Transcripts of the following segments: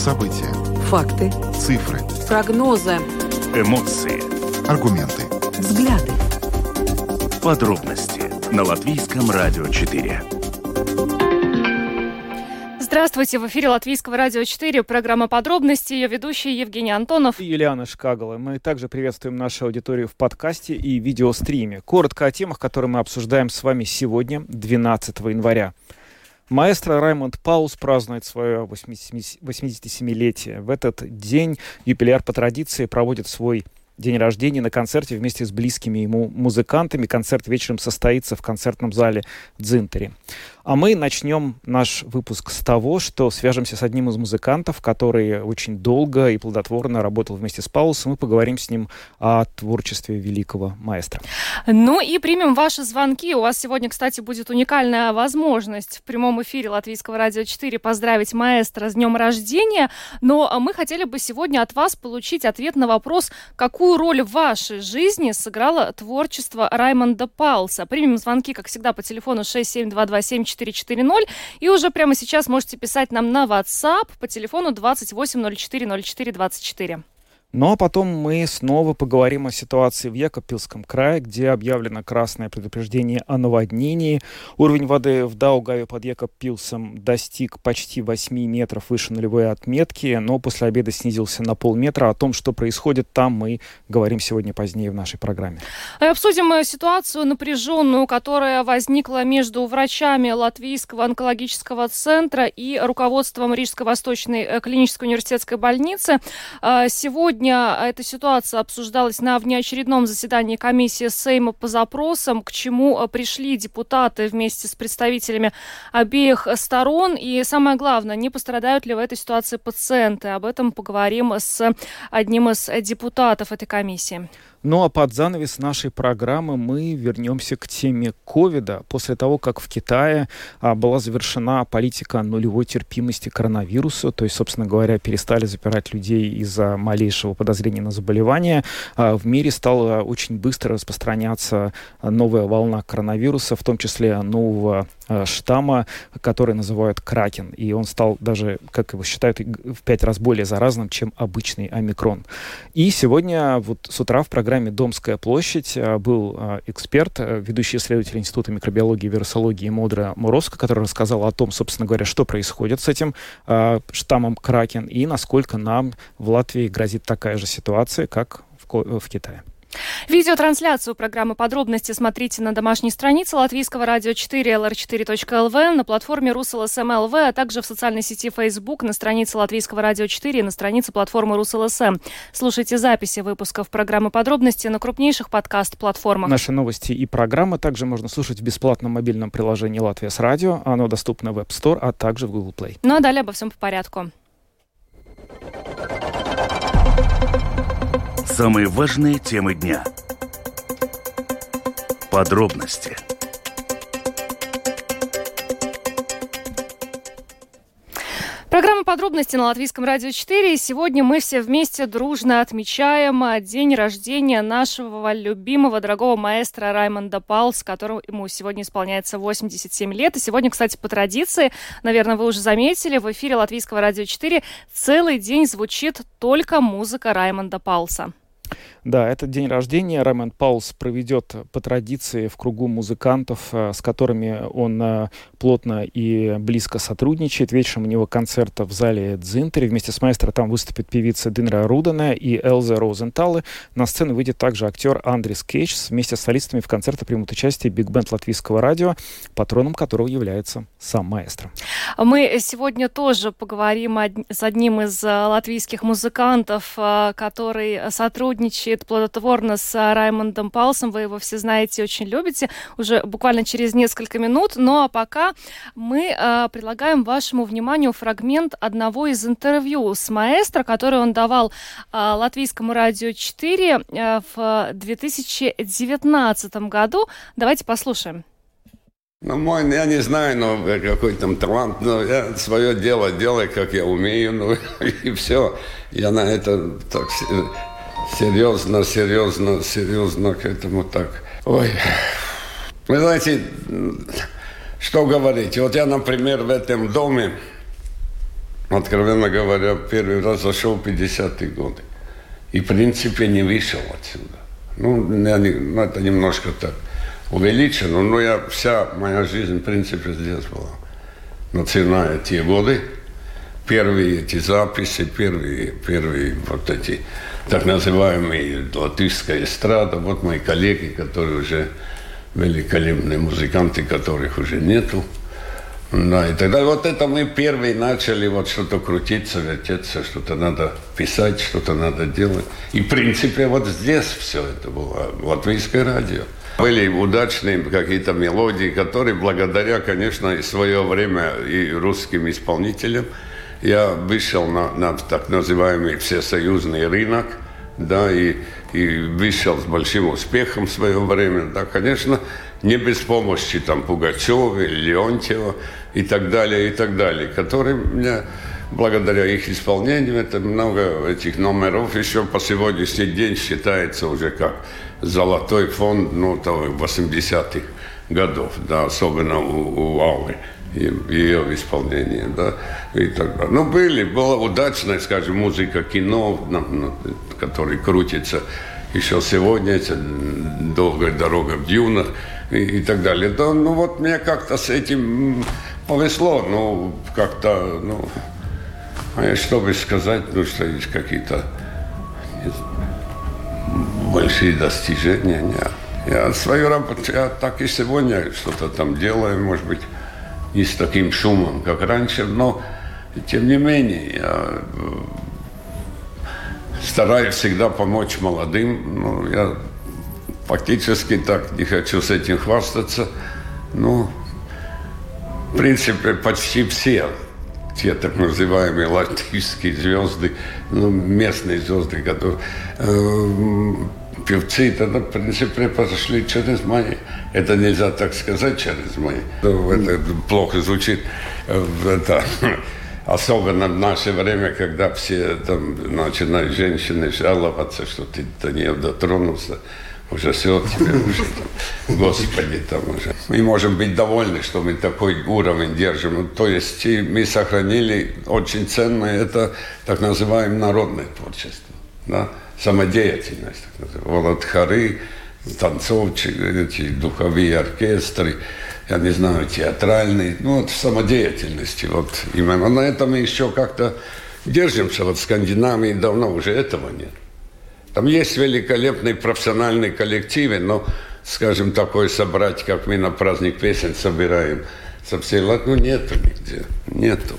События. Факты. Цифры. Прогнозы. Эмоции. Аргументы. Взгляды. Подробности на Латвийском радио 4. Здравствуйте, в эфире Латвийского радио 4, программа «Подробности», ее ведущие Евгений Антонов и Юлиана Шкагала. Мы также приветствуем нашу аудиторию в подкасте и видеостриме. Коротко о темах, которые мы обсуждаем с вами сегодня, 12 января. Маэстро Раймонд Паулс празднует свое 87-летие. В этот день юбиляр по традиции проводит свой день рождения на концерте вместе с близкими ему музыкантами. Концерт вечером состоится в концертном зале Дзинтери. А мы начнем наш выпуск с того, что свяжемся с одним из музыкантов, который очень долго и плодотворно работал вместе с Паулсом. Мы поговорим с ним о творчестве великого маэстро. Ну и примем ваши звонки. У вас сегодня, кстати, будет уникальная возможность в прямом эфире Латвийского радио 4 поздравить маэстро с днем рождения. Но мы хотели бы сегодня от вас получить ответ на вопрос, какую роль в вашей жизни сыграло творчество Раймонда Паулса. Примем звонки, как всегда, по телефону 67227440. И уже прямо сейчас можете писать нам на WhatsApp по телефону 28040424. Ну а потом мы снова поговорим о ситуации в Екапельском крае, где объявлено красное предупреждение о наводнении. Уровень воды в Даугаве под Екапельсом достиг почти 8 метров выше нулевой отметки, но после обеда снизился на полметра. О том, что происходит там, мы говорим сегодня позднее в нашей программе. Обсудим ситуацию напряженную, которая возникла между врачами Латвийского онкологического центра и руководством Рижской Восточной клинической университетской больницы. Сегодня эта ситуация обсуждалась на внеочередном заседании комиссии Сейма по запросам, к чему пришли депутаты вместе с представителями обеих сторон. И самое главное, не пострадают ли в этой ситуации пациенты. Об этом поговорим с одним из депутатов этой комиссии. Ну а под занавес нашей программы мы вернемся к теме ковида. После того, как в Китае была завершена политика нулевой терпимости к коронавирусу, то есть, собственно говоря, перестали запирать людей из-за малейшего подозрения на заболевание, в мире стала очень быстро распространяться новая волна коронавируса, в том числе нового штамма, который называют кракен. И он стал даже, как его считают, в 5 раз более заразным, чем обычный омикрон. И сегодня вот с утра в программе «Домская площадь» был эксперт, ведущий исследователь Института микробиологии и вирусологии Модра Морозко, который рассказал о том, собственно говоря, что происходит с этим штаммом кракен и насколько нам в Латвии грозит такая же ситуация, как в Китае. Видеотрансляцию программы «Подробности» смотрите на домашней странице Латвийского радио 4 lr4.lv, на платформе RusLSM.lv, а также в социальной сети Facebook, на странице Латвийского радио 4 и на странице платформы RusLSM. Слушайте записи выпусков программы «Подробности» на крупнейших подкаст-платформах. Наши новости и программы также можно слушать в бесплатном мобильном приложении «Латвия с радио». Оно доступно в App Store, а также в Google Play. Ну а далее обо всем по порядку. Самые важные темы дня. Подробности. Программа «Подробности» на Латвийском радио 4. И сегодня мы все вместе дружно отмечаем день рождения нашего любимого, дорогого маэстро Раймонда Паулса, которому ему сегодня исполняется 87 лет. И сегодня, кстати, по традиции, наверное, вы уже заметили, в эфире Латвийского радио 4 целый день звучит только музыка Раймонда Паулса. Да, этот день рождения Раймонд Паулс проведет по традиции в кругу музыкантов, с которыми он плотно и близко сотрудничает. Вечером у него концерт в зале Дзинтери. Вместе с маэстро там выступит певица Динра Рудане и Элза Розенталы. На сцену выйдет также актер Андрис Кейчс. Вместе с солистами в концерте примут участие биг-бенд Латвийского радио, патроном которого является сам маэстро. Мы сегодня тоже поговорим с одним из латвийских музыкантов, который сотрудничает плодотворно с Раймондом Паулсом. Вы его все знаете и очень любите. Уже буквально через несколько минут. Ну а пока мы предлагаем вашему вниманию фрагмент одного из интервью с маэстро, который он давал Латвийскому радио 4 в 2019 году. Давайте послушаем. Ну, я не знаю, но какой там талант, но я свое дело делаю, как я умею, ну и все. Я на это так серьезно к этому так. Ой, вы знаете, что говорить? Вот я, например, в этом доме Откровенно говоря, первый раз зашел в 50-е годы. И, в принципе, не вышел отсюда. Это немножко так увеличено, но вся моя жизнь, в принципе, здесь была. Начиная те годы, первые эти записи, первые вот эти так называемые латвийская эстрада, вот мои коллеги, которые уже великолепные музыканты, которых уже нету. Да, и тогда вот это мы первые начали вот что-то крутиться, вертеться, что-то надо писать, что-то надо делать. И, в принципе, вот здесь все это было, латвийское радио. Были удачные какие-то мелодии, которые благодаря, конечно, и свое время и русским исполнителям, я вышел на так называемый всесоюзный рынок, да, и вышел с большим успехом в свое время, да, конечно, не без помощи там Пугачева, Леонтьева и так далее, которые мне, благодаря их исполнению, это много этих номеров еще по сегодняшний день считается уже как золотой фонд, 80-х годов, да, особенно у Аллы, ее исполнение, да, и так далее. Была удачная, скажем, музыка кино, который крутится еще сегодня, это «Долгая дорога в дюнах» и так далее. Да, мне как-то с этим повезло, что бы сказать, что есть какие-то большие достижения, нет. Я свою работу, я так и сегодня что-то там делаю, может быть, не с таким шумом, как раньше, но, тем не менее, я стараюсь всегда помочь молодым. Я фактически так не хочу с этим хвастаться, но, в принципе, почти все те так называемые латвийские звезды, местные звезды, которые певцы, тогда, в принципе, прошли через мои. Это нельзя так сказать через мои. Это плохо звучит. Особенно в наше время, когда все там начинают женщины жаловаться, что ты до нее дотронулся. Уже все, тебе уже там, Господи, там уже. Мы можем быть довольны, что мы такой уровень держим. То есть мы сохранили очень ценное, это так называемое народное творчество, да? Самодеятельность, так называемая. Володхары, танцовщики, эти духовые оркестры, я не знаю, театральные, в самодеятельности. Вот именно на этом мы еще как-то держимся. Вот в Скандинавии давно уже этого нет. Там есть великолепные профессиональные коллективы, но, скажем, такое собрать, как мы на праздник песен собираем со всей Латвии, нету нигде, нету.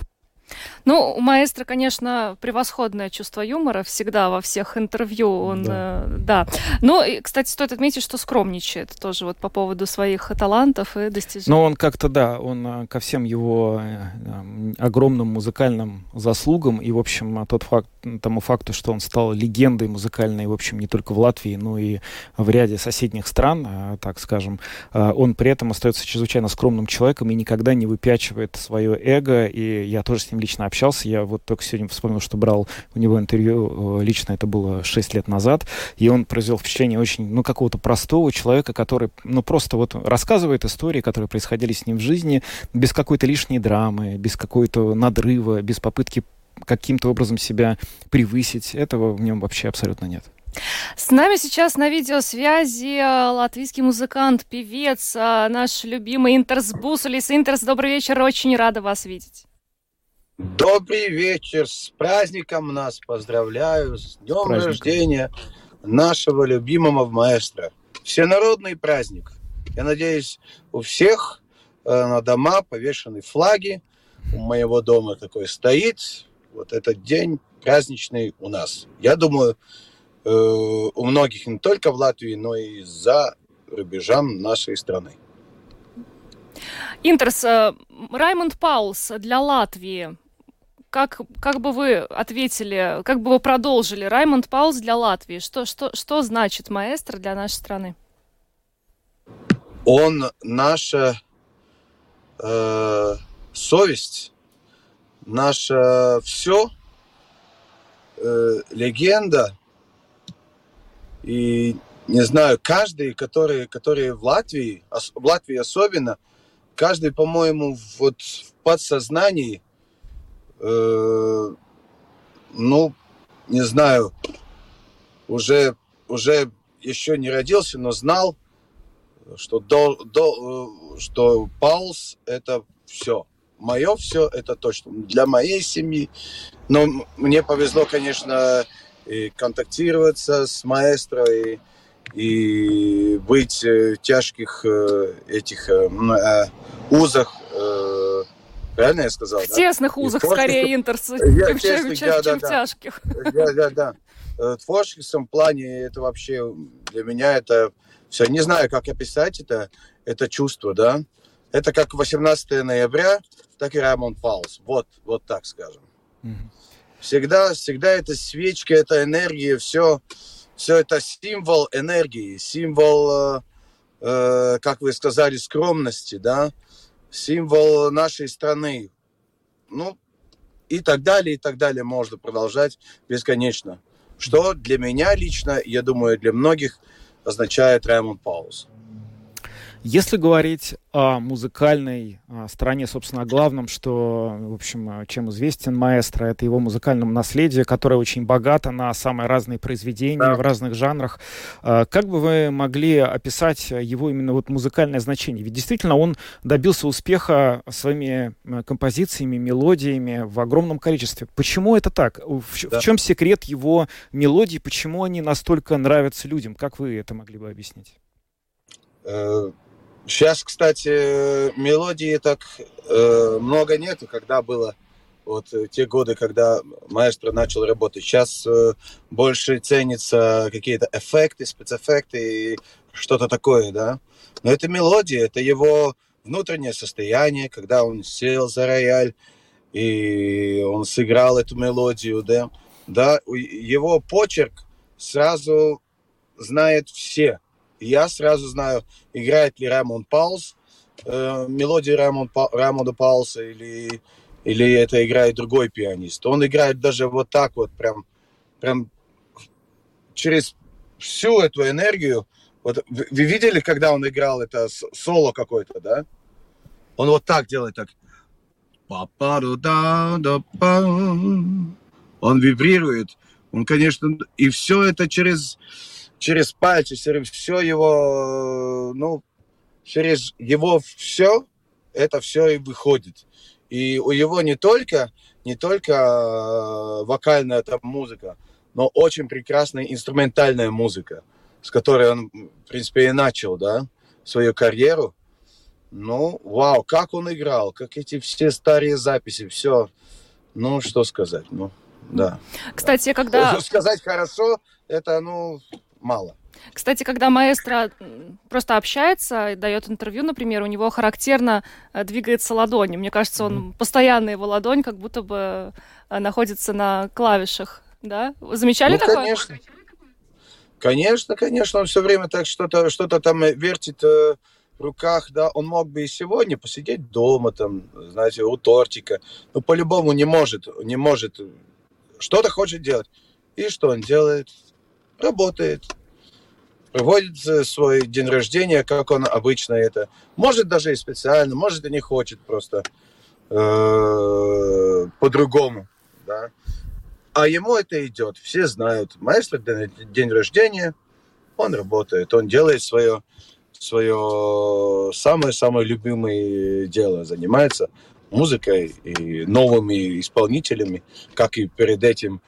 У маэстро, конечно, превосходное чувство юмора всегда во всех интервью. Он, да. И, кстати, стоит отметить, что скромничает тоже вот по поводу своих талантов и достижений. Но он как-то, он ко всем его огромным музыкальным заслугам и, в общем, тому факту, что он стал легендой музыкальной, в общем, не только в Латвии, но и в ряде соседних стран, так скажем, он при этом остается чрезвычайно скромным человеком и никогда не выпячивает свое эго, и я тоже с ним лично общался. Я вот только сегодня вспомнил, что брал у него интервью лично, это было 6 лет назад, и он произвел впечатление очень, какого-то простого человека, который, просто вот рассказывает истории, которые происходили с ним в жизни, без какой-то лишней драмы, без какой-то надрыва, без попытки каким-то образом себя превысить. Этого в нем вообще абсолютно нет. С нами сейчас на видеосвязи латвийский музыкант, певец, наш любимый Интерс Бусулис. Интерс, добрый вечер, очень рада вас видеть. Добрый вечер, с праздником нас поздравляю, с днем рождения нашего любимого маэстро. Всенародный праздник. Я надеюсь, у всех на дома повешены флаги. У моего дома такой стоит. Вот этот день праздничный у нас. Я думаю, у многих не только в Латвии, но и за рубежом нашей страны. Интерс, Раймонд Паулс для Латвии. Как бы вы ответили, как бы вы продолжили Раймонд Паулс для Латвии? Что значит маэстро для нашей страны? Он наша совесть, наше все, легенда. И не знаю, каждый, который в Латвии особенно, каждый, по-моему, вот в подсознании ну, не знаю, уже еще не родился, но знал, что что Паулс — это все. Мое все — это точно. Для моей семьи. Но мне повезло, конечно, и контактироваться с маэстро, и быть в тяжких этих узах, правильно я сказал? В тесных узах, скорее, Интерс, чем тяжких. Да. В творческом плане это вообще для меня это все. Не знаю, как описать это чувство, да. Это как 18 ноября, так и Раймонд Паулс. Вот так скажем. Всегда это свечка, это энергия, все это символ энергии, символ, как вы сказали, скромности, да, символ нашей страны. Ну, и так далее, можно продолжать бесконечно. Что для меня лично, я думаю, для многих означает Раймонд Паулс. Если говорить о музыкальной стороне, собственно, о главном, что, в общем, чем известен маэстро, это его музыкальном наследии, которое очень богато на самые разные произведения в разных жанрах. Как бы вы могли описать его именно вот музыкальное значение? Ведь действительно он добился успеха своими композициями, мелодиями в огромном количестве. Почему это так? В чем секрет его мелодий? Почему они настолько нравятся людям? Как вы это могли бы объяснить? Сейчас, кстати, мелодии так много нету, когда было вот те годы, когда маэстро начал работать. Сейчас больше ценятся какие-то эффекты, спецэффекты и что-то такое, да. Но это мелодия, это его внутреннее состояние, когда он сел за рояль и он сыграл эту мелодию, да. Да, его почерк сразу знает все. Я сразу знаю, играет ли Раймонд Паулс мелодию Раймонда Паулса или это играет другой пианист. Он играет даже вот так вот, прям через всю эту энергию. Вот, вы видели, когда он играл это соло какое-то, да? Он вот так делает, так. Он вибрирует. Он, конечно, и все это через пальцы, через все его, через его все, это все и выходит. И у него не только вокальная там музыка, но очень прекрасная инструментальная музыка, с которой он, в принципе, и начал, да, свою карьеру. Ну, вау, как он играл, как эти все старые записи, все, что сказать, да. Кстати, когда... Сказать хорошо, это, мало. Кстати, когда маэстро просто общается и дает интервью, например, у него характерно двигается ладонь. Мне кажется, он постоянно, его ладонь как будто бы находится на клавишах, да? Замечали такое? Конечно. Он все время так что-то там вертит в руках, да. Он мог бы и сегодня посидеть дома, там, знаете, у тортика. Но по-любому не может. Что-то хочет делать. И что он делает? Работает. Проводит свой день рождения, как он обычно это. Может даже и специально, может и не хочет, просто по-другому. Да? А ему это идет. Все знают. Маэстро день рождения, он работает, он делает свое самое-самое любимое дело. Занимается музыкой и новыми исполнителями, как и перед этим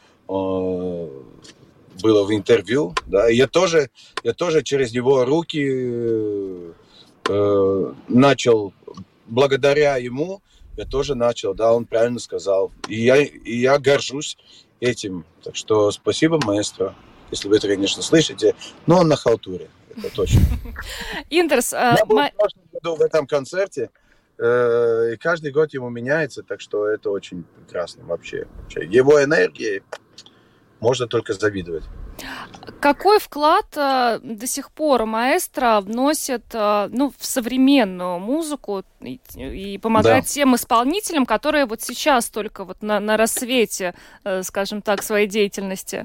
было в интервью, да, и я тоже через его руки начал, благодаря ему, я тоже начал, да, он правильно сказал, и я горжусь этим, так что спасибо, маэстро, если вы это, конечно, слышите, но он на халтуре, это точно. Интерс, я был в прошлом году в этом концерте, и каждый год ему меняется, так что это очень прекрасно вообще. Его энергия можно только завидовать. Какой вклад до сих пор маэстро вносит в современную музыку и помогает тем исполнителям, которые вот сейчас только вот на рассвете, скажем так, своей деятельности?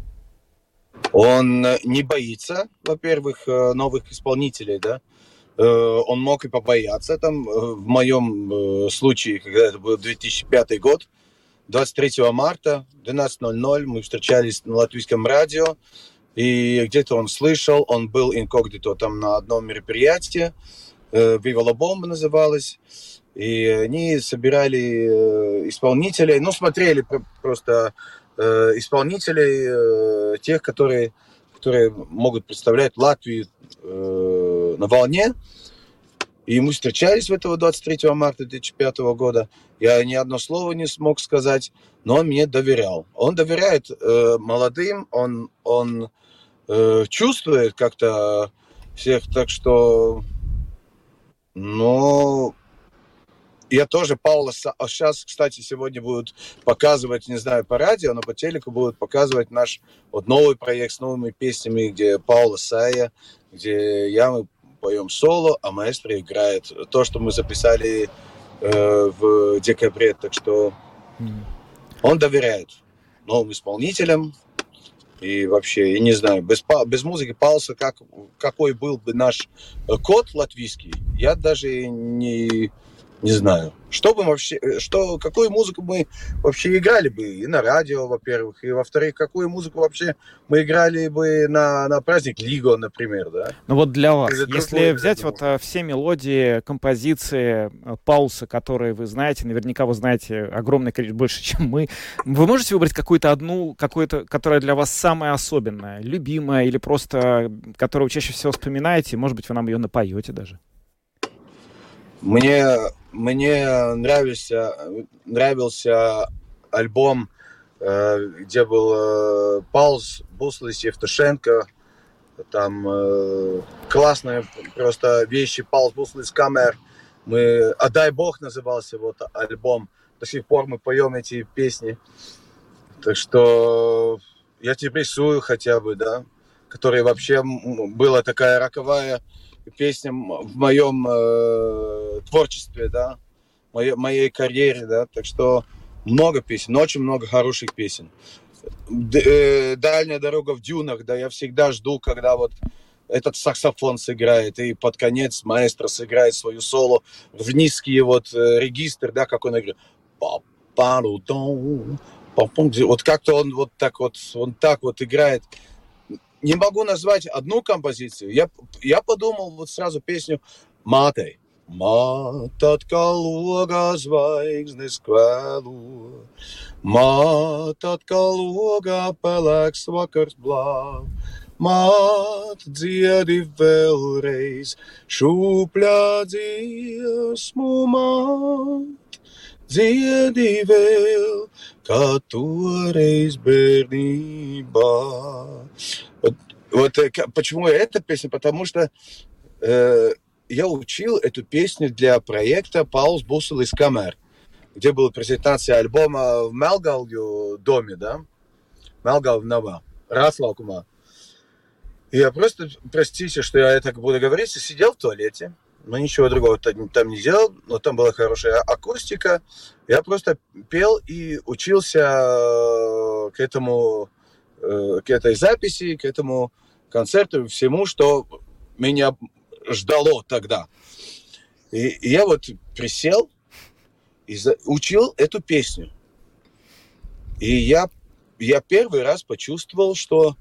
Он не боится, во-первых, новых исполнителей, да. Он мог и побояться там, в моем случае, когда это был 2005 год, 23 марта, 12:00, мы встречались на латвийском радио, и где-то он слышал, он был инкогнито там на одном мероприятии, «Viva la Bomba» называлось, и они собирали исполнителей, смотрели просто исполнителей, тех, которые могут представлять Латвию на волне. И мы встречались в этого 23 марта 2005 года. Я ни одно слово не смог сказать, но он мне доверял. Он доверяет молодым, он чувствует как-то всех, так что, я тоже Паула, сейчас, кстати, сегодня будут показывать, не знаю, по радио, но по телеку будут показывать наш новый проект с новыми песнями, где Паула Сая, где мы поем соло, а маэстро играет то, что мы записали в декабре. Так что он доверяет новым исполнителям. И вообще, я не знаю, без музыки Паула, какой был бы наш код латвийский, я даже не знаю. Какую музыку мы вообще играли бы и на радио, во-первых, и во-вторых, какую музыку вообще мы играли бы на праздник Лиго, например, да? Для вас, если взять все мелодии, композиции Паулса, которые вы знаете, наверняка вы знаете огромное количество, больше, чем мы, вы можете выбрать какую-то одну, которая для вас самая особенная, любимая, или просто, которую вы чаще всего вспоминаете, может быть, вы нам ее напоете даже? Мне нравился альбом, где был Паулс, Буслис, Евтушенко. Там классные просто вещи. Паулс, Буслис, Камер. «А дай Бог» назывался альбом. До сих пор мы поем эти песни. Так что я тебе рисую хотя бы, да. Которая вообще была такая роковая песня в моем творчестве, да, моей карьере, да, так что много песен, очень много хороших песен. «Дальняя дорога в дюнах», да, я всегда жду, когда этот саксофон сыграет, и под конец маэстро сыграет свою соло в низкий регистр, да, как он играет. Как-то он так играет. Не могу назвать одну композицию. Я подумал сразу песню «Mātei». Māte atkal logā zvaigznes kvēlo, Māte atkal logā pelēks vakars blāv, Māte dziedi vēlreiz šūpļā dziesmu, Māte dziedi vēl, kā toreiz bērnībā. Почему эта песня? Потому что я учил эту песню для проекта «Паулс Буслис Камер», где была презентация альбома в Melngalju доме, да? Melngalju Nava, Раслаукума. И я просто, простите, что я так буду говорить, сидел в туалете, но ничего другого там не делал, но там была хорошая акустика. Я просто пел и учился к этой записи, к этому концерту, всему, что меня ждало тогда. И я присел и учил эту песню. И я первый раз почувствовал, что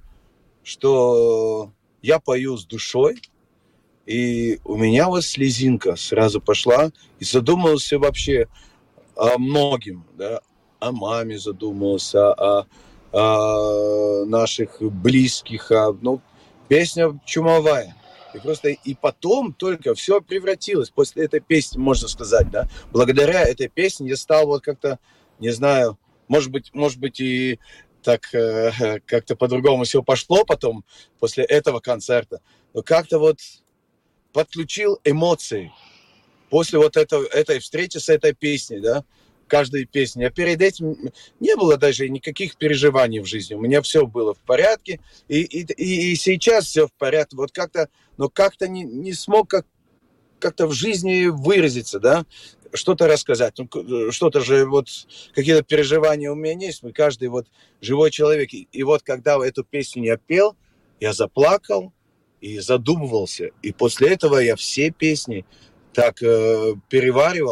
я пою с душой, и у меня слезинка сразу пошла, и задумался вообще о многим, да, о маме задумался, о наших близких, песня чумовая. И потом только все превратилось. После этой песни, можно сказать, да, благодаря этой песне я стал как-то, не знаю, может быть и так как-то по-другому все пошло потом, после этого концерта. Но как-то подключил эмоции после этой встречи с этой песней, да, каждой песни. А перед этим не было даже никаких переживаний в жизни. У меня все было в порядке. И сейчас все в порядке. Но как-то не смог как-то в жизни выразиться, да, что-то рассказать. Что-то же, какие-то переживания у меня есть. Мы каждый живой человек. И когда эту песню я пел, я заплакал и задумывался. И после этого я все песни так переваривал.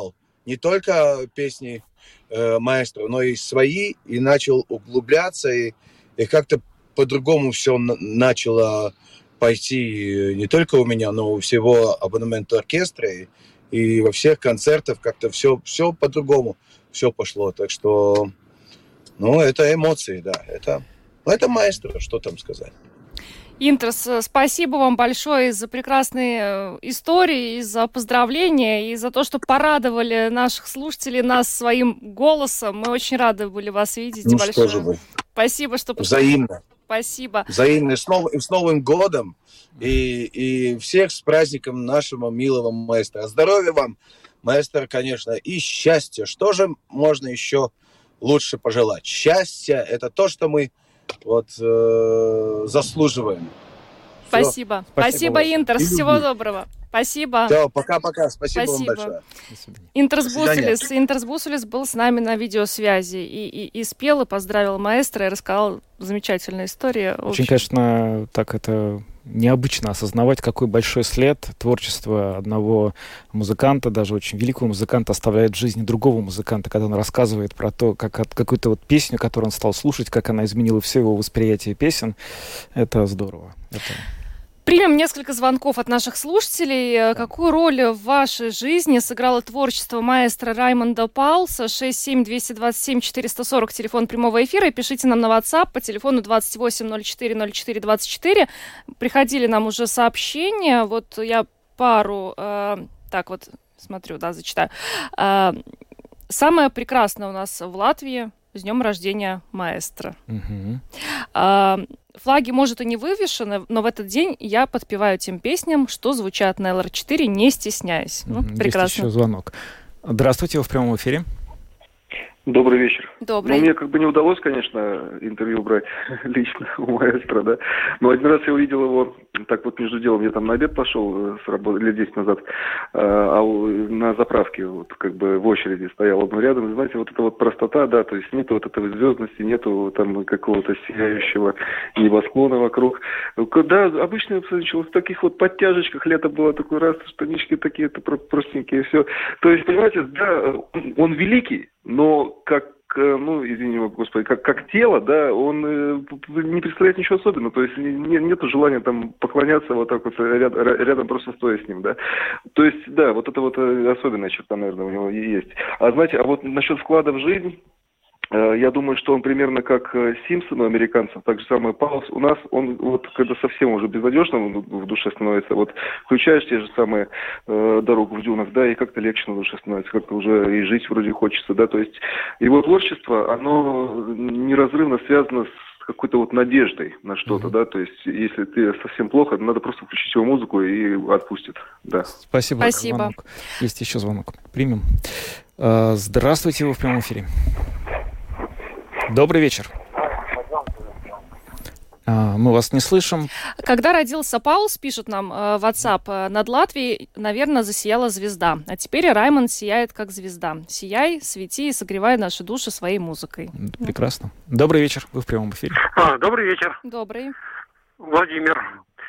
не только песни маэстро, но и свои, и начал углубляться, и как-то по-другому все начало пойти не только у меня, но у всего абонемента оркестра, и во всех концертах как-то все по-другому, все пошло. Так что, это эмоции, да, это маэстро, что там сказать. Интрос, спасибо вам большое за прекрасные истории, за поздравления и за то, что порадовали наших слушателей нас своим голосом. Мы очень рады были вас видеть. Большое. Что же вы. Спасибо, что... Взаимно. Спасибо. Взаимно. С Новым годом. И всех с праздником нашего милого маэстро. Здоровья вам, маэстро, конечно, и счастья. Что же можно еще лучше пожелать? Счастье – это то, что мы заслуживаем. Спасибо. Спасибо, Интрос. Всего доброго. Спасибо. Все, пока-пока. Спасибо вам большое. Интрос Бусулис был с нами на видеосвязи и спел, и поздравил маэстро, и рассказал замечательную историю. Очень, конечно, так это необычно осознавать, какой большой след творчество одного музыканта, даже очень великого музыканта, оставляет в жизни другого музыканта, когда он рассказывает про то, как какую-то песню, которую он стал слушать, как она изменила все его восприятие песен. Это здорово. Примем несколько звонков от наших слушателей. Какую роль в вашей жизни сыграло творчество маэстро Раймонда Паулса? 67-227-440, телефон прямого эфира. И пишите нам на WhatsApp по телефону 28040424. Приходили нам уже сообщения. Вот я пару... зачитаю. Самое прекрасное у нас в Латвии с днем рождения маэстро. Флаги, может, и не вывешены, но в этот день я подпеваю тем песням, что звучат на ЛР4, не стесняясь. Прекрасно. Есть еще звонок. Здравствуйте, вы в прямом эфире. Добрый вечер. Добрый. Мне не удалось, конечно, интервью брать лично у маэстро, да. Но один раз я увидел его, так вот между делом, я там на обед пошел с работы лет 10 назад, на заправке, в очереди стоял он рядом. И, знаете, эта простота, да, то есть нету этой звездности, нету там какого-то сияющего небосклона вокруг. Да, обычно в таких подтяжечках, лето было такой раз, штанички такие простенькие, все. То есть, понимаете, да, он великий, но как тело, да, он не представляет ничего особенного, то есть нету желания там поклоняться рядом просто стоя с ним, да. То есть, да, это особенная черта, наверное, у него и есть. А знаете, насчет вклада в жизнь, я думаю, что он примерно как Симпсон у американцев, так же самое Паулс. У нас он когда совсем уже безнадежно в душе становится, включаешь те же самые «Дорогу в дюнах», да, и как-то легче на душе становится, как-то уже и жить вроде хочется, да, то есть его творчество, оно неразрывно связано с какой-то надеждой на что-то, да, то есть если ты совсем плохо, надо просто включить его музыку и отпустит, да. Спасибо. Звонок. Есть еще звонок. Примем. Здравствуйте, вы в прямом эфире. Добрый вечер. Мы вас не слышим. Когда родился Паулс, пишет нам в WhatsApp, над Латвией, наверное, засияла звезда. А теперь Раймонд сияет как звезда. Сияй, свети и согревай наши души своей музыкой. Прекрасно. Добрый вечер. Вы в прямом эфире. Добрый вечер. Добрый. Владимир.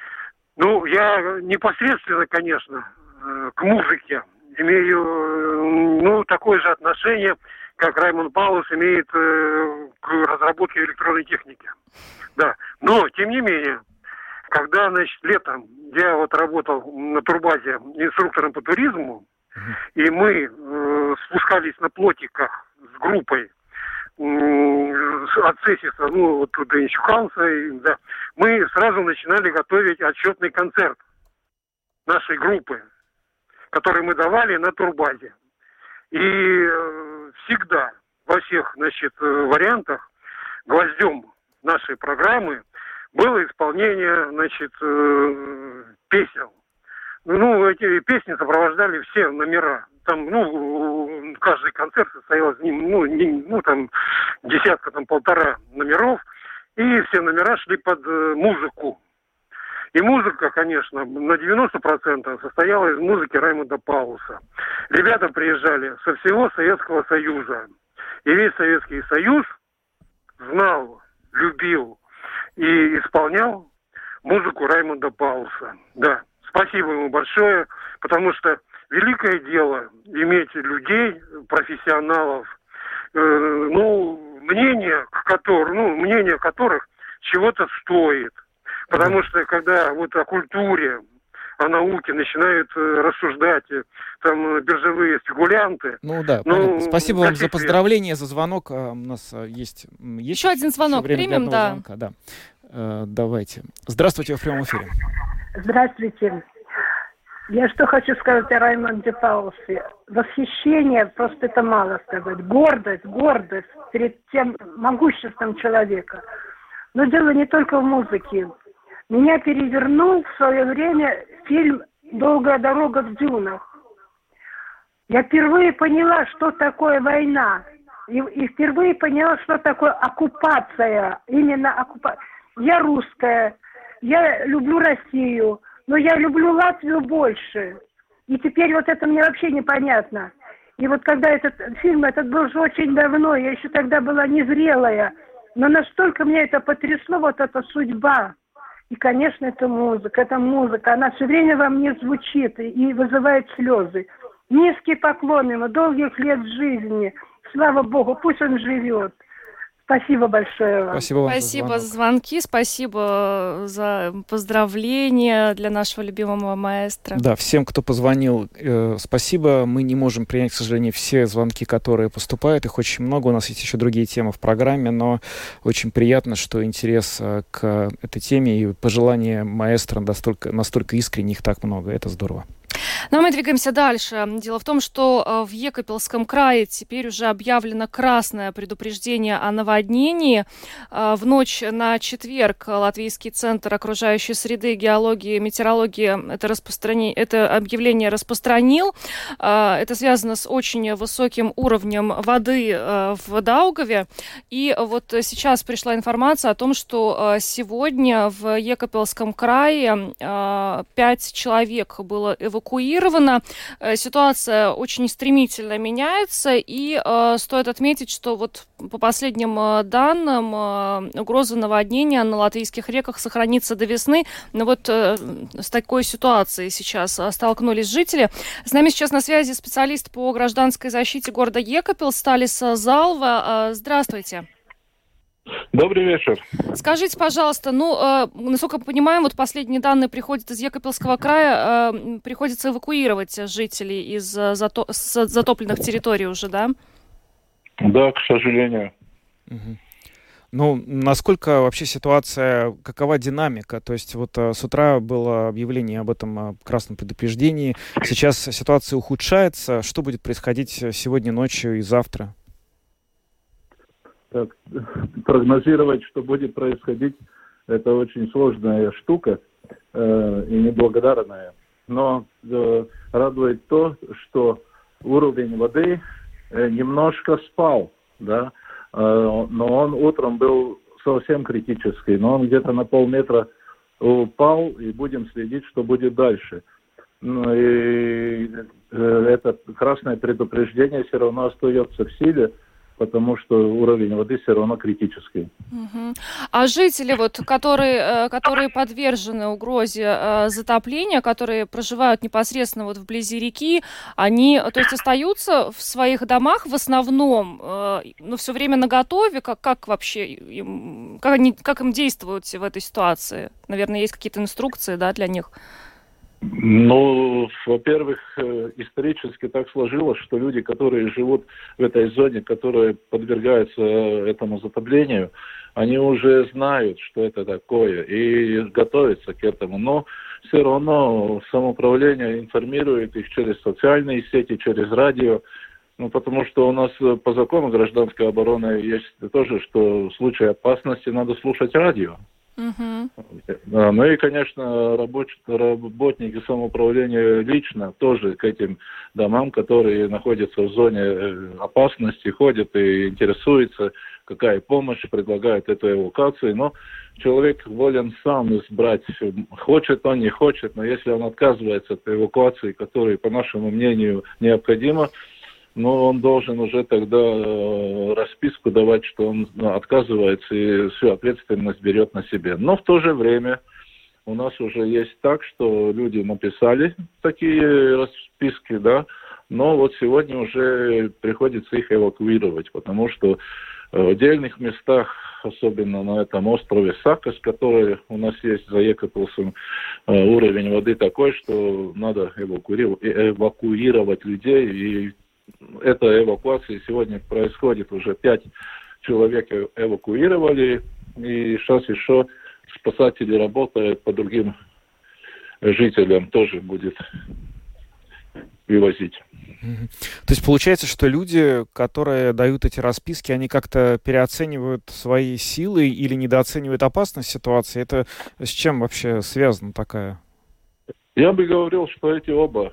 Я непосредственно, конечно, к музыке имею, такое же отношение, как Раймонд Паулс имеет к разработке электронной техники. Да. Но, тем не менее, когда, летом я работал на турбазе инструктором по туризму, и мы спускались на плотиках с группой от Цесиса, до Инчуханса, да, мы сразу начинали готовить отчетный концерт нашей группы, который мы давали на турбазе. И всегда во всех, вариантах гвоздем нашей программы было исполнение, песен. Эти песни сопровождали все номера. Там, каждый концерт состоял из полтора номеров, и все номера шли под музыку. И музыка, конечно, на 90% состояла из музыки Раймонда Паулса. Ребята приезжали со всего Советского Союза. И весь Советский Союз знал, любил и исполнял музыку Раймонда Паулса. Да, спасибо ему большое, потому что великое дело иметь людей, профессионалов, мнение которых чего-то стоит. Потому что когда вот о культуре, о науке начинают рассуждать там биржевые спекулянты. Понятно. Спасибо вам за поздравления, за звонок. У нас есть еще один звонок. Примем, да. Звонка, да. Давайте. Здравствуйте, в прямом эфире. Здравствуйте. Я что хочу сказать о Раймонде Паулсе. Восхищение, просто это мало сказать. Гордость перед тем могуществом человека. Но дело не только в музыке. Меня перевернул в свое время фильм «Долгая дорога в дюнах». Я впервые поняла, что такое война. И впервые поняла, что такое оккупация. Именно оккупация. Я русская, я люблю Россию, но я люблю Латвию больше. И теперь вот это мне вообще непонятно. И вот когда этот фильм, этот был же очень давно, я еще тогда была незрелая, но настолько меня это потрясло, вот эта судьба. И, конечно, это музыка, она все время во мне звучит и вызывает слезы. Низкий поклон ему, долгих лет жизни, слава Богу, пусть он живет. Спасибо большое вам. Спасибо за звонки, спасибо за поздравления для нашего любимого маэстро. Да, всем, кто позвонил, спасибо. Мы не можем принять, к сожалению, все звонки, которые поступают. Их очень много. У нас есть еще другие темы в программе, но очень приятно, что интерес к этой теме и пожелания маэстро настолько искренне, их так много. Это здорово. Но мы двигаемся дальше. Дело в том, что в Екапельском крае теперь уже объявлено красное предупреждение о наводнении. В ночь на четверг Латвийский центр окружающей среды, геологии и метеорологии это объявление распространил. Это связано с очень высоким уровнем воды в Даугаве. И вот сейчас пришла информация о том, что сегодня в Екапельском крае 5 человек было эвакуировано. Ситуация очень стремительно меняется, и стоит отметить, что вот по последним данным угроза наводнения на латвийских реках сохранится до весны. Но вот с такой ситуацией сейчас столкнулись жители. С нами сейчас на связи специалист по гражданской защите города Екапелс Сталис Залва. Здравствуйте. Добрый вечер. Скажите, пожалуйста, насколько мы понимаем, вот последние данные приходят из Екапельского края, приходится эвакуировать жителей из затопленных территорий уже, да? Да, к сожалению. Угу. Насколько вообще ситуация, какова динамика? То есть вот с утра было объявление об этом красном предупреждении, сейчас ситуация ухудшается. Что будет происходить сегодня ночью и завтра? Так, прогнозировать, что будет происходить, это очень сложная штука и неблагодарная. Но радует то, что уровень воды немножко спал, да, но он утром был совсем критический, но он где-то на полметра упал, и будем следить, что будет дальше. И это красное предупреждение все равно остается в силе, потому что уровень воды все равно критический. Угу. А жители, которые подвержены угрозе затопления, которые проживают непосредственно вот вблизи реки, они, то есть, остаются в своих домах в основном, но все время наготове? Как вообще, как им действовать в этой ситуации? Наверное, есть какие-то инструкции, да, для них? Во-первых, исторически так сложилось, что люди, которые живут в этой зоне, которые подвергаются этому затоплению, они уже знают, что это такое, и готовятся к этому. Но все равно самоуправление информирует их через социальные сети, через радио, потому что у нас по закону гражданской обороны есть тоже, что в случае опасности надо слушать радио. И, конечно, работники самоуправления лично тоже к этим домам, которые находятся в зоне опасности, ходят и интересуются, какая помощь, предлагают эту эвакуацию. Но человек волен сам избрать, хочет он, не хочет, но если он отказывается от эвакуации, которая, по нашему мнению, необходима, он должен уже тогда расписку давать, что он отказывается и всю ответственность берет на себя. Но в то же время у нас уже есть так, что люди написали такие расписки, да, но вот сегодня уже приходится их эвакуировать, потому что в отдельных местах, особенно на этом острове Сакас, который у нас есть за Екапилсом, уровень воды такой, что надо эвакуировать людей, и эта эвакуация сегодня происходит, уже 5 человек эвакуировали, и сейчас еще спасатели работают по другим жителям, тоже будет вывозить. То есть получается, что люди, которые дают эти расписки, они как-то переоценивают свои силы или недооценивают опасность ситуации? Это с чем вообще связано такая? Я бы говорил, что эти оба,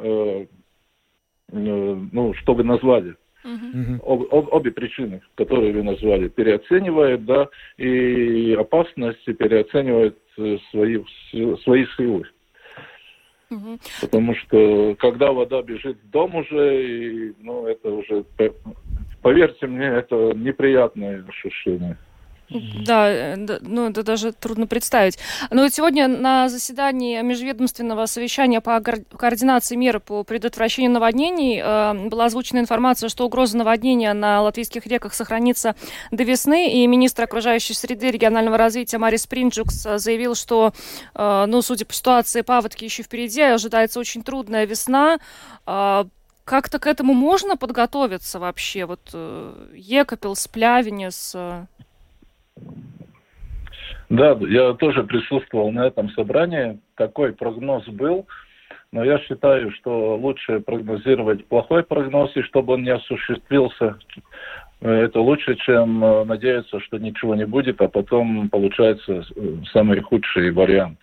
что вы назвали, обе причины, которые вы назвали, переоценивают, да, и опасности переоценивают свои силы. Потому что когда вода бежит в дом уже, это уже, поверьте мне, это неприятное ощущение. Да, это даже трудно представить. Но вот сегодня на заседании межведомственного совещания по координации мер по предотвращению наводнений была озвучена информация, что угроза наводнения на латвийских реках сохранится до весны, и министр окружающей среды и регионального развития Марис Принджукс заявил, что, судя по ситуации, паводки еще впереди, ожидается очень трудная весна. Как-то к этому можно подготовиться вообще? Вот Екапилс, Плявенес... Да, я тоже присутствовал на этом собрании. Такой прогноз был. Но я считаю, что лучше прогнозировать плохой прогноз, и чтобы он не осуществился. Это лучше, чем надеяться, что ничего не будет, а потом получается самый худший вариант.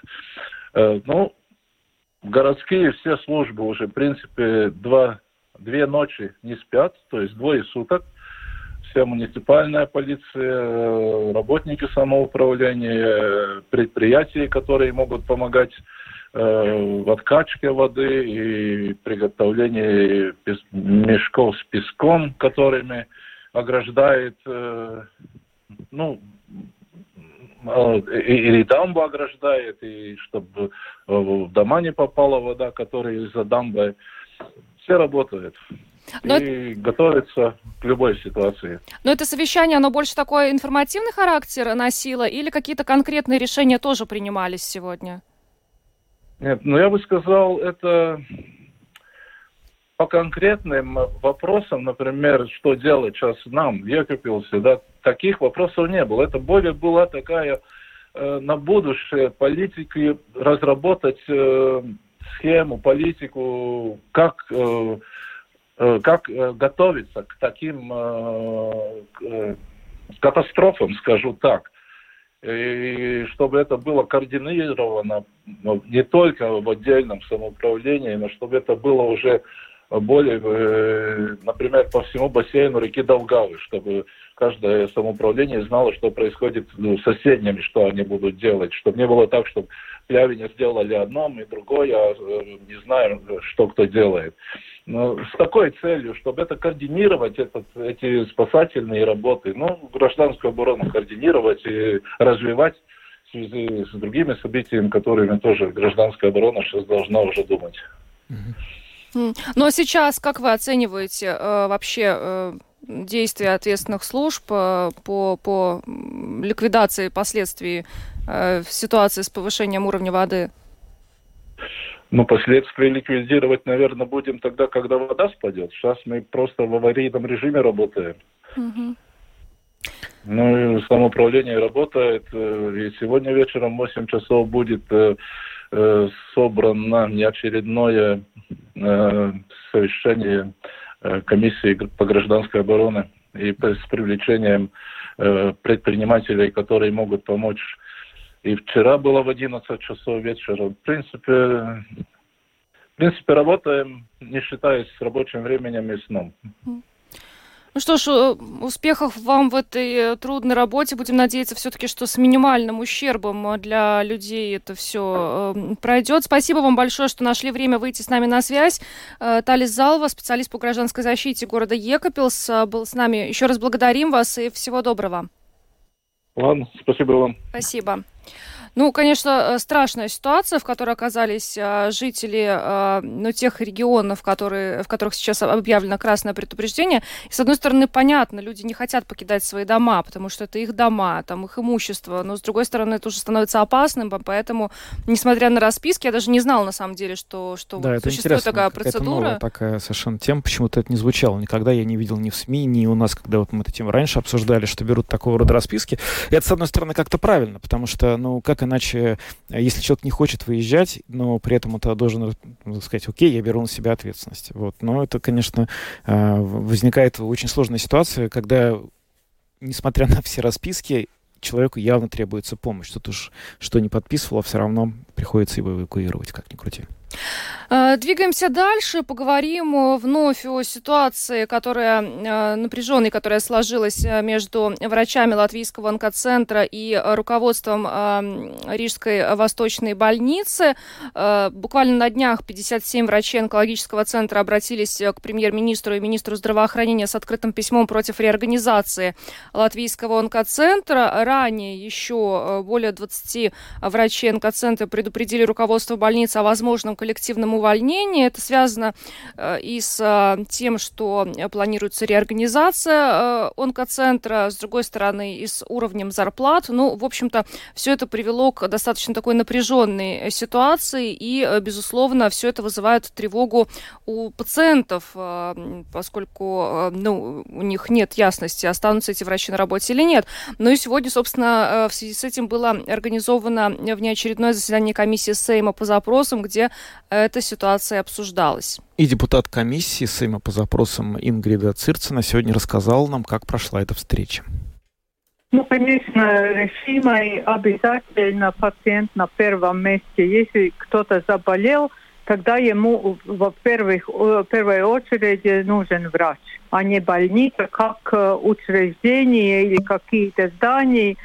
Городские все службы уже, в принципе, две ночи не спят, то есть 2 суток. Вся муниципальная полиция, работники самоуправления, предприятия, которые могут помогать в откачке воды и приготовлении мешков с песком, которыми ограждает, или дамбу ограждает, и чтобы в дома не попала вода, которая из-за дамбы. Все работают. И готовится к любой ситуации. Но это совещание, оно больше такой информативный характер носило, или какие-то конкретные решения тоже принимались сегодня? Нет, я бы сказал, это по конкретным вопросам, например, что делать сейчас нам в Екапилсе, да, таких вопросов не было. Это более была такая на будущее политики, разработать схему, политику, как готовиться к таким катастрофам, скажу так. И чтобы это было координировано не только в отдельном самоуправлении, но чтобы это было уже более, например, по всему бассейну реки Долгавы, чтобы каждое самоуправление знало, что происходит с соседними, что они будут делать, чтобы не было так, чтобы Плявине сделали одно, и другое, а не знаем, что кто делает. Но с такой целью, чтобы это координировать, эти спасательные работы, гражданскую оборону координировать и развивать в связи с другими событиями, которыми тоже гражданская оборона сейчас должна уже думать. Ну а сейчас как вы оцениваете вообще действия ответственных служб по ликвидации последствий ситуации с повышением уровня воды? Последствия ликвидировать, наверное, будем тогда, когда вода спадет. Сейчас мы просто в аварийном режиме работаем. И самоуправление работает. И сегодня вечером в 8 часов будет собрано неочередное совещание комиссии по гражданской обороне и с привлечением предпринимателей, которые могут помочь. И вчера было в 11 часов вечера. В принципе, работаем, не считаясь с рабочим временем и сном. Ну что ж, успехов вам в этой трудной работе. Будем надеяться все-таки, что с минимальным ущербом для людей это все пройдет. Спасибо вам большое, что нашли время выйти с нами на связь. Талис Залва, специалист по гражданской защите города Екапилс, был с нами. Еще раз благодарим вас и всего доброго. Ладно, спасибо вам. Спасибо. Ну, конечно, страшная ситуация, в которой оказались жители тех регионов, в которых сейчас объявлено красное предупреждение. И, с одной стороны, понятно, люди не хотят покидать свои дома, потому что это их дома, там их имущество. Но, с другой стороны, это уже становится опасным, поэтому, несмотря на расписки, я даже не знала, на самом деле, что да, это существует такая процедура. Это новая такая совершенно тема. Почему-то это не звучало никогда. Я не видел ни в СМИ, ни у нас, когда вот мы эту тему раньше обсуждали, что берут такого рода расписки. И это, с одной стороны, как-то правильно, потому что, как иначе, если человек не хочет выезжать, но при этом он должен сказать, окей, я беру на себя ответственность. Вот. Но это, конечно, возникает очень сложная ситуация, когда, несмотря на все расписки, человеку явно требуется помощь. Тут уж что не подписывал, а все равно приходится его эвакуировать, как ни крути. Двигаемся дальше, поговорим вновь о ситуации, напряженной, которая сложилась между врачами Латвийского онкоцентра и руководством Рижской Восточной больницы. Буквально на днях 57 врачей онкологического центра обратились к премьер-министру и министру здравоохранения с открытым письмом против реорганизации Латвийского онкоцентра. Ранее еще более 20 врачей онкоцентра предупредили руководство больницы о возможном коллективном увольнении. Это связано и с тем, что планируется реорганизация онкоцентра, с другой стороны, и с уровнем зарплат. В общем-то, все это привело к достаточно такой напряженной ситуации, и, безусловно, все это вызывает тревогу у пациентов, поскольку у них нет ясности, останутся эти врачи на работе или нет. Ну и сегодня, собственно, в связи с этим было организовано внеочередное заседание комиссии Сейма по запросам, где эта ситуация обсуждалась. И депутат комиссии Сейма по запросам Ингрида Цирцина сегодня рассказала нам, как прошла эта встреча. Конечно, решимый обязательно пациент на первом месте. Если кто-то заболел, тогда ему в первой очереди нужен врач, а не больница, как учреждение или какие-то здания.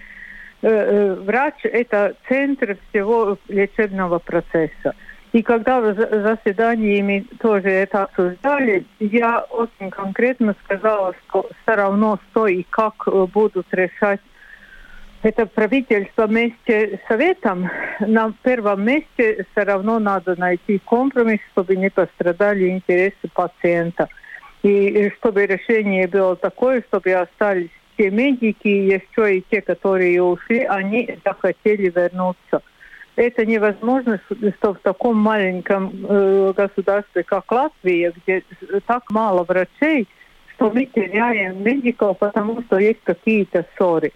Врач – это центр всего лечебного процесса. И когда в заседании мы тоже это обсуждали, я очень конкретно сказала, что все равно что и как будут решать это правительство вместе с Советом. На первом месте все равно надо найти компромисс, чтобы не пострадали интересы пациента. И чтобы решение было такое, чтобы остались те медики, еще и те, которые ушли, они захотели вернуться. Это невозможно, что в таком маленьком государстве, как Латвия, где так мало врачей, что мы теряем медиков, потому что есть какие-то ссоры.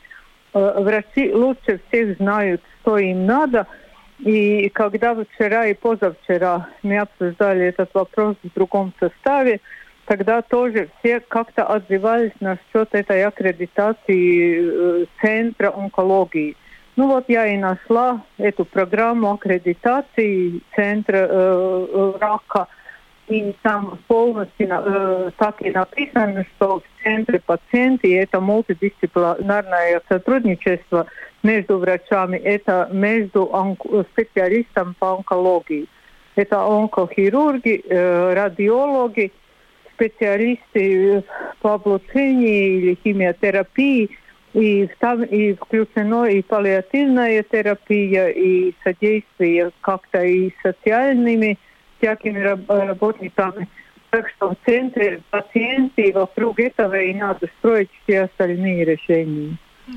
Врачи лучше всех знают, что им надо. И когда вчера и позавчера мы обсуждали этот вопрос в другом составе, тогда тоже все как-то отзывались насчет этой аккредитации центра онкологии. Я и нашла эту программу аккредитации центра рака. И там полностью так и написано, что в центре пациенты, и это мультидисциплинарное сотрудничество между врачами, это между специалистами по онкологии. Это онкохирурги, радиологи, специалисты по облучению или химиотерапии. И там и включено и паллиативная терапия, и содействие как-то и социальными всякими работниками. Так что в центре пациенты, и вокруг этого и надо строить все остальные решения.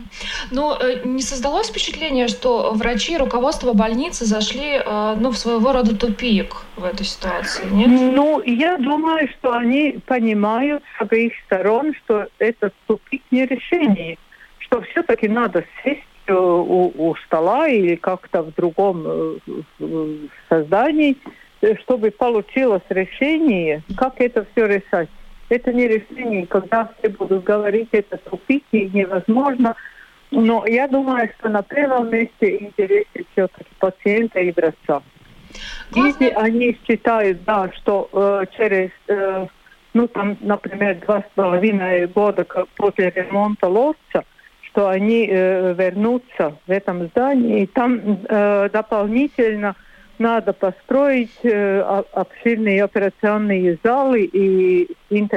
Но не создалось впечатление, что врачи и руководство больницы зашли в своего рода тупик в этой ситуации, нет? Я думаю, что они понимают с обеих сторон, что этот тупик не решение. Что все-таки надо сесть у стола или как-то в другом создании, чтобы получилось решение, как это все решать. Это не решение, когда все будут говорить, это тупик и невозможно. Но я думаю, что на первом месте интересы все-таки пациента и врача. Если они считают, что через, например, 2,5 года после ремонта лоца, что они вернутся в этом здании, и там дополнительно надо построить обширные операционные залы и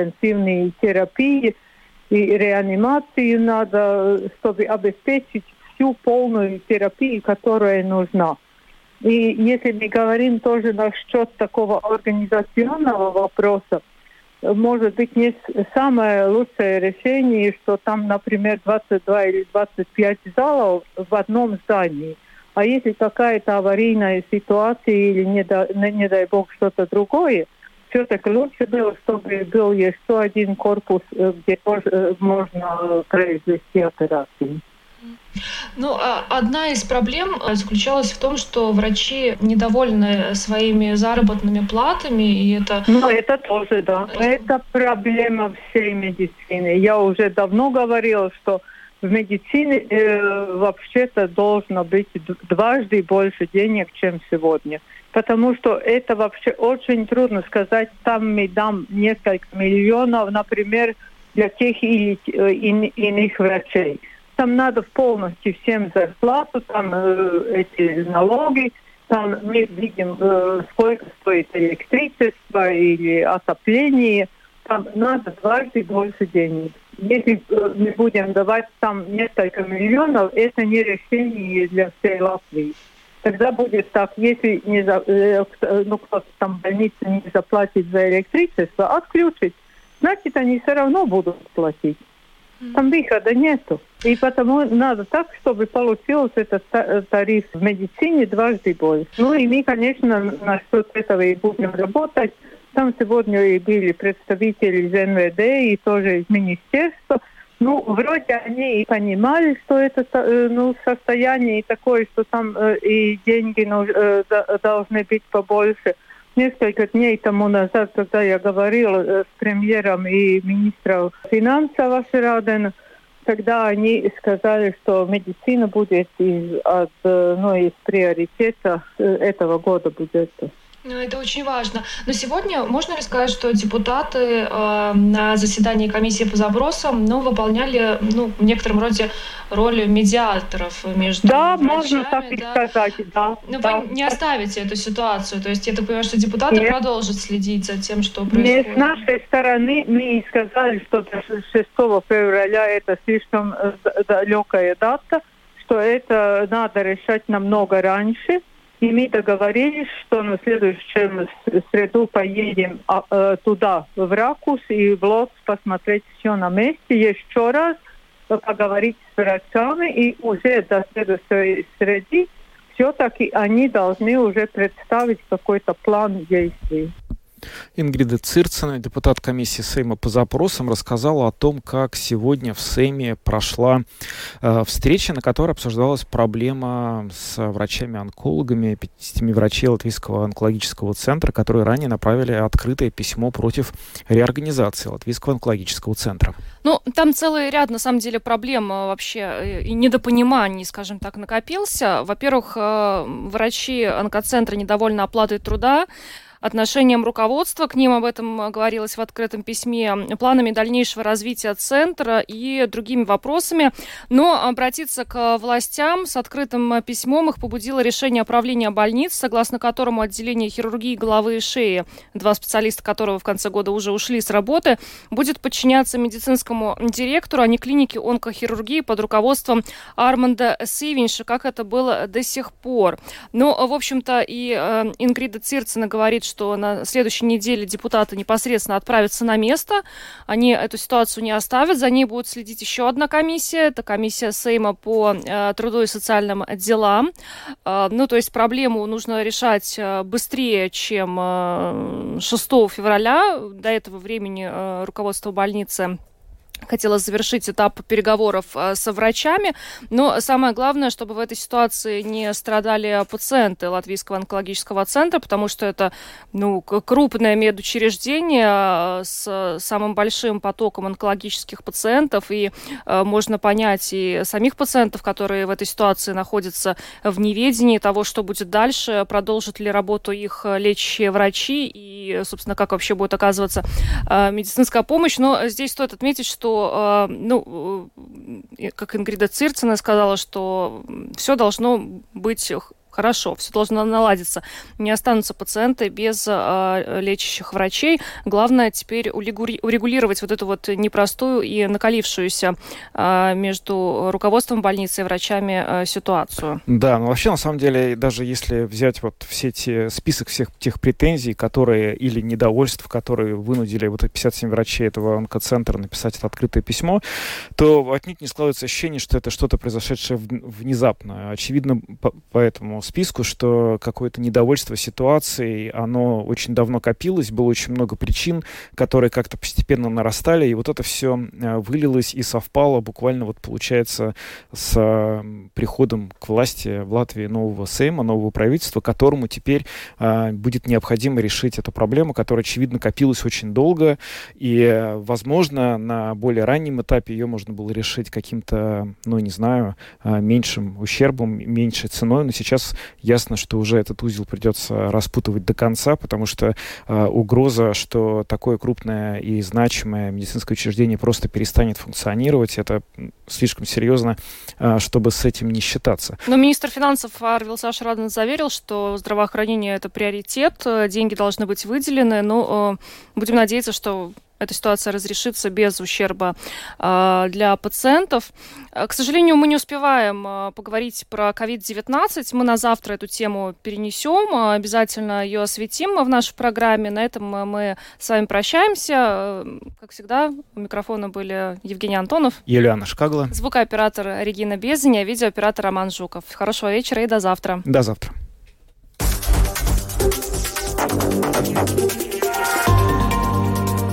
интенсивные терапии, и реанимацию надо, чтобы обеспечить всю полную терапию, которая нужна. И если мы говорим тоже насчет такого организационного вопроса, может быть, не самое лучшее решение, что там, например, 22 или 25 залов в одном здании. А если какая-то аварийная ситуация или, не дай бог, что-то другое, все-таки лучше было, чтобы был еще один корпус, где можно произвести операцию. Ну, одна из проблем заключалась в том, что врачи недовольны своими заработными платами, и это... Ну, это тоже, да. Это проблема всей медицины. Я уже давно говорила, что в медицине вообще-то должно быть дважды больше денег, чем сегодня. Потому что это вообще очень трудно сказать, там мы дам несколько миллионов, например, для тех или иных врачей. Там надо полностью всем зарплату, там эти налоги, там мы видим, сколько стоит электричество или отопление. Там надо дважды больше денег. Если мы будем давать там несколько миллионов, это не решение для всей Латвии. Тогда будет так, если кто-то там в больнице не заплатит за электричество, отключить, значит, они все равно будут платить. Там выхода нету. И потому надо так, чтобы получился этот тариф в медицине дважды больше. Ну и мы, конечно, насчет этого и будем работать. Там сегодня и были представители из НВД и тоже из министерства. Ну, вроде они и понимали, что это состояние такое, что там и деньги должны быть побольше. Несколько дней тому назад, когда я говорила с премьером и министром финансов Вашерадена, тогда они сказали, что медицина будет из приоритета этого года будета. Это очень важно. Но сегодня можно ли сказать, что депутаты на заседании комиссии по запросам выполняли в некотором роде роль медиаторов между врачами? Можно так и сказать, да. Но вы не оставите эту ситуацию, то есть я так понимаю, что депутаты продолжат следить за тем, что происходит? С нашей стороны мы сказали, что до 6 февраля это слишком далекая дата, что это надо решать намного раньше. И мы договорились, что на следующем среду поедем туда, в Ракус и в Лодз, посмотреть все на месте, еще раз поговорить с врачами, и уже до следующей среды все-таки они должны уже представить какой-то план действий. Ингрида Цирцина, депутат комиссии Сейма по запросам, рассказала о том, как сегодня в Сейме прошла встреча, на которой обсуждалась проблема с врачами-онкологами, 50 врачей Латвийского онкологического центра, которые ранее направили открытое письмо против реорганизации Латвийского онкологического центра. Ну, там целый ряд, на самом деле, проблем вообще и недопониманий, скажем так, накопился. Во-первых, врачи онкоцентра недовольны оплатой труда, отношением руководства к ним, об этом говорилось в открытом письме, планами дальнейшего развития центра и другими вопросами. Но обратиться к властям с открытым письмом их побудило решение правления больниц, согласно которому отделение хирургии головы и шеи, 2 специалиста которого в конце года уже ушли с работы, будет подчиняться медицинскому директору, а не клинике онкохирургии под руководством Арманда Сивинша, как это было до сих пор. Но, в общем-то, и Ингрида Цирцина говорит, что на следующей неделе депутаты непосредственно отправятся на место. Они эту ситуацию не оставят. За ней будет следить еще одна комиссия. Это комиссия Сейма по труду и социальным делам. То есть проблему нужно решать быстрее, чем 6 февраля. До этого времени руководство больницы хотела завершить этап переговоров со врачами, но самое главное, чтобы в этой ситуации не страдали пациенты Латвийского онкологического центра, потому что это крупное медучреждение с самым большим потоком онкологических пациентов, и можно понять и самих пациентов, которые в этой ситуации находятся в неведении того, что будет дальше, продолжат ли работу их лечащие врачи и, собственно, как вообще будет оказываться медицинская помощь. Но здесь стоит отметить, что как Ингрида Цирцина сказала, что все должно быть хорошо, все должно наладиться. Не останутся пациенты без лечащих врачей. Главное теперь урегулировать вот эту вот непростую и накалившуюся между руководством больницы и врачами ситуацию. Да, но вообще, на самом деле, даже если взять вот все список всех тех претензий, которые или недовольств, которые вынудили вот 57 врачей этого онкоцентра написать это открытое письмо, то отнюдь не складывается ощущение, что это что-то произошедшее внезапно. Очевидно по этому списку, что какое-то недовольство ситуацией, оно очень давно копилось, было очень много причин, которые как-то постепенно нарастали, и вот это все вылилось и совпало буквально вот получается с приходом к власти в Латвии нового Сейма, нового правительства, которому теперь будет необходимо решить эту проблему, которая, очевидно, копилась очень долго, и, возможно, на более раннем этапе ее можно было решить каким-то, ну, не знаю, меньшим ущербом, меньшей ценой, но сейчас ясно, что уже этот узел придется распутывать до конца, потому что угроза, что такое крупное и значимое медицинское учреждение просто перестанет функционировать, это слишком серьезно, чтобы с этим не считаться. Но министр финансов Арвилс Ашрадан заверил, что здравоохранение – это приоритет, деньги должны быть выделены, но будем надеяться, что эта ситуация разрешится без ущерба для пациентов. К сожалению, мы не успеваем поговорить про COVID-19. Мы на завтра эту тему перенесем, обязательно ее осветим в нашей программе. На этом мы с вами прощаемся. Как всегда, у микрофона были Евгений Антонов, Юлиана Шкагла, звукооператор Регина Безеня, видеооператор Роман Жуков. Хорошего вечера и до завтра. До завтра.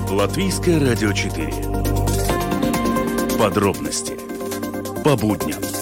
Латвийское радио 4. Подробности по будням.